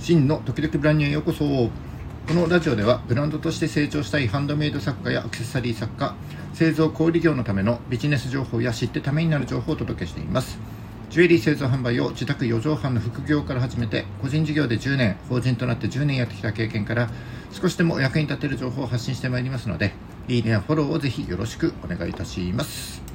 真の時々ブランニューへようこそ。このラジオではブランドとして成長したいハンドメイド作家やアクセサリー作家、製造小売業のためのビジネス情報や知ってためになる情報をお届けしています。ジュエリー製造販売を自宅4畳半の副業から始めて、個人事業で10年、法人となって10年やってきた経験から少しでも役に立てる情報を発信してまいりますので、いいねやフォローをぜひよろしくお願いいたします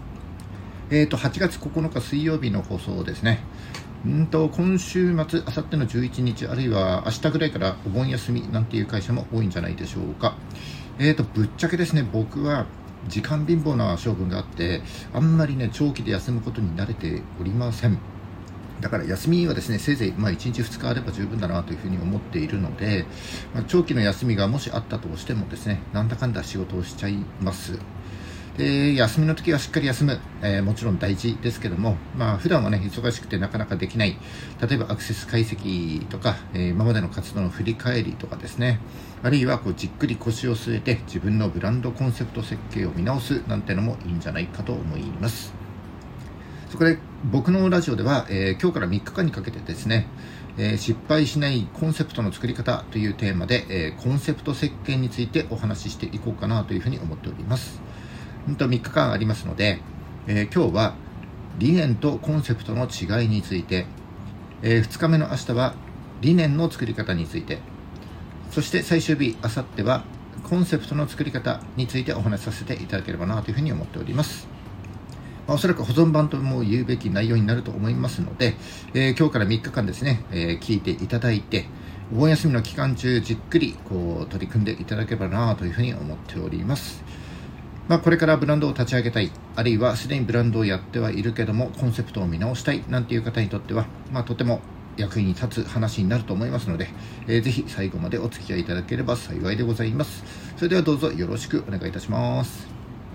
。8月9日水曜日の放送ですね。今週末、あさっての11日、あるいは明日ぐらいからお盆休みなんていう会社も多いんじゃないでしょうか。ぶっちゃけですね、僕は時間貧乏な性分があって、あんまりね、長期で休むことに慣れておりません。だから休みはですね、せいぜい1日2日あれば十分だなというふうに思っているので、長期の休みがもしあったとしてもですね、なんだかんだ仕事をしちゃいます。休みの時はしっかり休む、もちろん大事ですけども、普段はね、忙しくてなかなかできない、例えばアクセス解析とか、今までの活動の振り返りとかですね、あるいはじっくり腰を据えて自分のブランドコンセプト設計を見直すなんてのもいいんじゃないかと思います。そこで僕のラジオでは、今日から3日間にかけてですね、失敗しないコンセプトの作り方というテーマで、コンセプト設計についてお話ししていこうかなというふうに思っております。3日間ありますので、今日は理念とコンセプトの違いについて、2日目の明日は理念の作り方について、そして最終日、明後日はコンセプトの作り方についてお話しさせていただければなというふうに思っております。おそらく保存版とも言うべき内容になると思いますので、今日から3日間ですね、聞いていただいて、お盆休みの期間中じっくり取り組んでいただければなというふうに思っております。これからブランドを立ち上げたい、あるいはすでにブランドをやってはいるけどもコンセプトを見直したいなんていう方にとっては、とても役に立つ話になると思いますので、ぜひ最後までお付き合いいただければ幸いでございます。それではどうぞよろしくお願いいたします。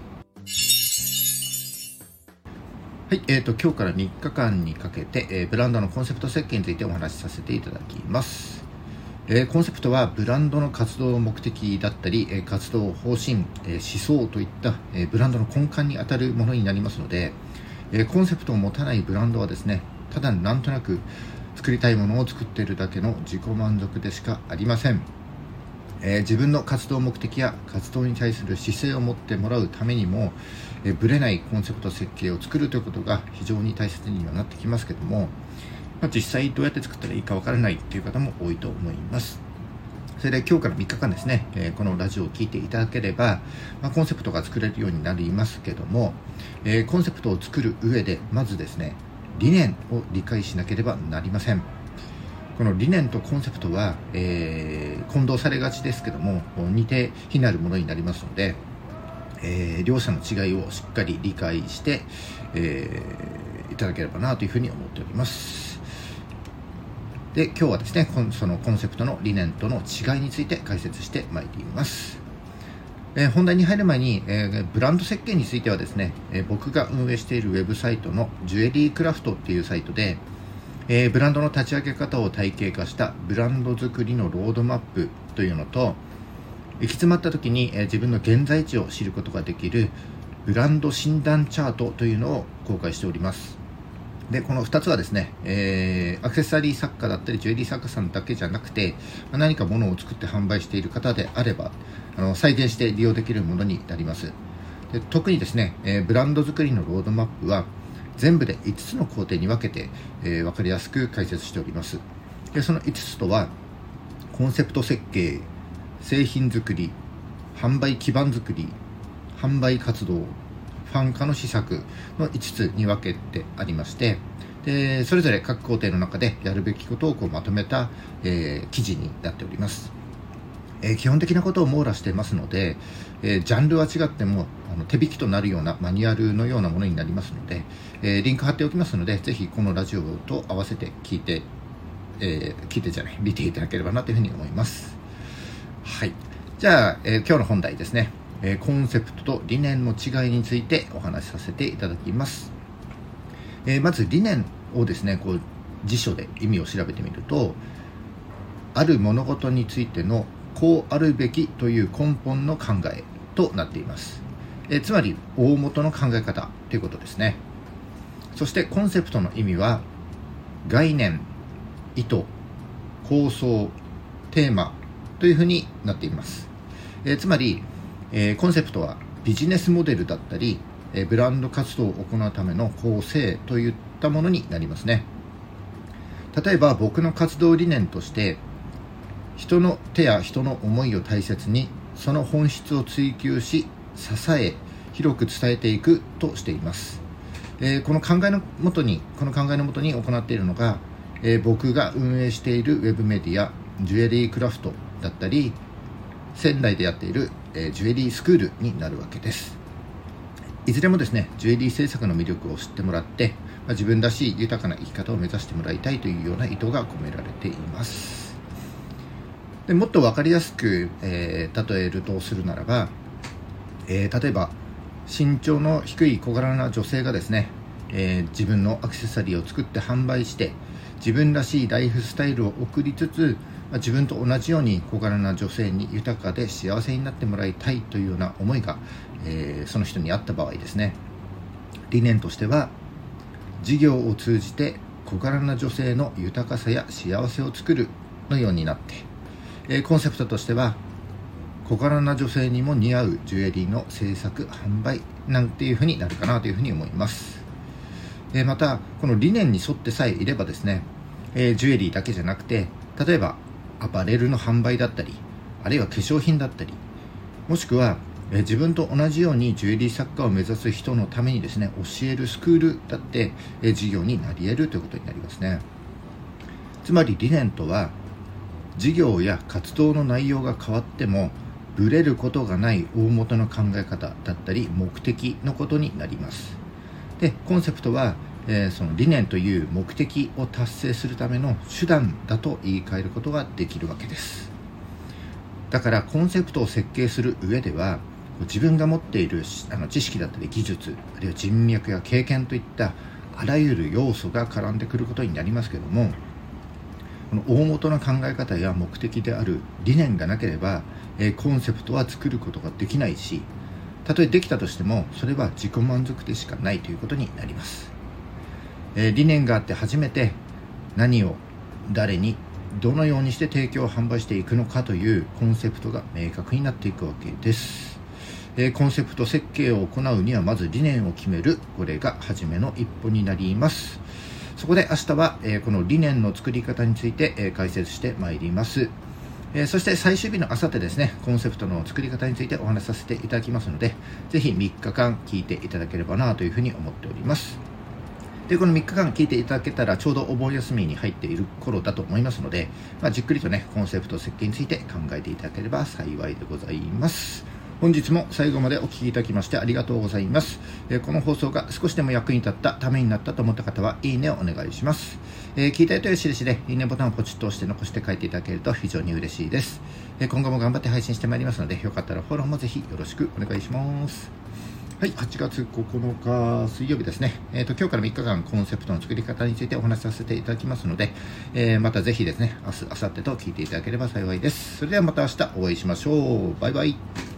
はい、今日から3日間にかけて、ブランドのコンセプト設計についてお話しさせていただきます。コンセプトはブランドの活動目的だったり、活動方針、思想といった、ブランドの根幹にあたるものになりますので、コンセプトを持たないブランドはですね、ただなんとなく作りたいものを作っているだけの自己満足でしかありません。自分の活動目的や活動に対する姿勢を持ってもらうためにも、ぶれないコンセプト設計を作るということが非常に大切にはなってきますけども、実際どうやって作ったらいいかわからないという方も多いと思います。それで今日から3日間ですね、このラジオを聞いていただければ、コンセプトが作れるようになりますけども、コンセプトを作る上でまずですね、理念を理解しなければなりません。この理念とコンセプトは、混同されがちですけども、似て非なるものになりますので、両者の違いをしっかり理解して、いただければなというふうに思っております。で、今日はですね、そのコンセプトの理念との違いについて解説してまいります。本題に入る前に、ブランド設計についてはですね、僕が運営しているウェブサイトのジュエリークラフトっていうサイトで、ブランドの立ち上げ方を体系化したブランド作りのロードマップというのと、行き詰まった時に、自分の現在地を知ることができるブランド診断チャートというのを公開しております。で、この2つはですね、アクセサリー作家だったりジュエリー作家さんだけじゃなくて、何か物を作って販売している方であれば再現して利用できるものになります。で、特にですね、ブランド作りのロードマップは全部で5つの工程に分けて、分かりやすく解説しております。で、その5つとはコンセプト設計、製品作り、販売基盤作り、販売活動、ファン化の施策の5つに分けてありまして、でそれぞれ各工程の中でやるべきことをまとめた、記事になっております。基本的なことを網羅していますので、ジャンルは違っても手引きとなるようなマニュアルのようなものになりますので、リンク貼っておきますので、ぜひこのラジオと合わせて見ていただければなというふうに思います。はい。じゃあ、今日の本題ですね。コンセプトと理念の違いについてお話しさせていただきます。まず理念をですね、辞書で意味を調べてみると、ある物事についてのこうあるべきという根本の考えとなっています。つまり大元の考え方ということですね。そしてコンセプトの意味は概念、意図、 構想、テーマというふうになっています。つまり、コンセプトはビジネスモデルだったり、ブランド活動を行うための構成といったものになりますね。例えば僕の活動理念として、人の手や人の思いを大切に、その本質を追求し、支え、広く伝えていくとしています。この考えのもとに行っているのが、僕が運営しているウェブメディア、ジュエリークラフトだったり、仙台でやっている、ジュエリースクールになるわけです。いずれもですね、ジュエリー制作の魅力を知ってもらって、自分らしい豊かな生き方を目指してもらいたいというような意図が込められています。でもっと分かりやすく、例えるとするならば、例えば身長の低い小柄な女性がですね、自分のアクセサリーを作って販売して、自分らしいライフスタイルを送りつつ、自分と同じように小柄な女性に豊かで幸せになってもらいたいというような思いが、その人にあった場合ですね、理念としては、事業を通じて小柄な女性の豊かさや幸せを作るのようになって、コンセプトとしては、小柄な女性にも似合うジュエリーの制作販売なんていうふうになるかなというふうに思います。またこの理念に沿ってさえいればですね、ジュエリーだけじゃなくて、例えばアパレルの販売だったり、あるいは化粧品だったり、もしくは自分と同じようにジュエリー作家を目指す人のためにですね、教えるスクールだって事業になり得るということになりますね。つまり理念とは、事業や活動の内容が変わってもブレることがない大元の考え方だったり目的のことになります。で、コンセプトは、その理念という目的を達成するための手段だと言い換えることができるわけです。だからコンセプトを設計する上では、自分が持っている知識だったり技術、あるいは人脈や経験といったあらゆる要素が絡んでくることになりますけども、この大元の考え方や目的である理念がなければ、コンセプトは作ることができないし、たとえできたとしてもそれは自己満足でしかないということになります。理念があって初めて何を誰にどのようにして提供販売していくのかというコンセプトが明確になっていくわけです。コンセプト設計を行うにはまず理念を決める、これが初めの一歩になります。そこで明日はこの理念の作り方について解説してまいります。そして最終日の朝でですね、コンセプトの作り方についてお話しさせていただきますので、ぜひ3日間聞いていただければなというふうに思っております。で、この3日間聞いていただけたらちょうどお盆休みに入っている頃だと思いますので、じっくりとね、コンセプト設計について考えていただければ幸いでございます。本日も最後までお聞きいただきましてありがとうございます。この放送が少しでも役に立った、ためになったと思った方はいいねをお願いします。聞いたよという印でいいねボタンをポチッと押して残して書いていただけると非常に嬉しいです。今後も頑張って配信してまいりますので、よかったらフォローもぜひよろしくお願いします。はい、8月9日水曜日ですね。今日から3日間コンセプトの作り方についてお話しさせていただきますので、またぜひですね、明日、明後日と聞いていただければ幸いです。それではまた明日お会いしましょう。バイバイ。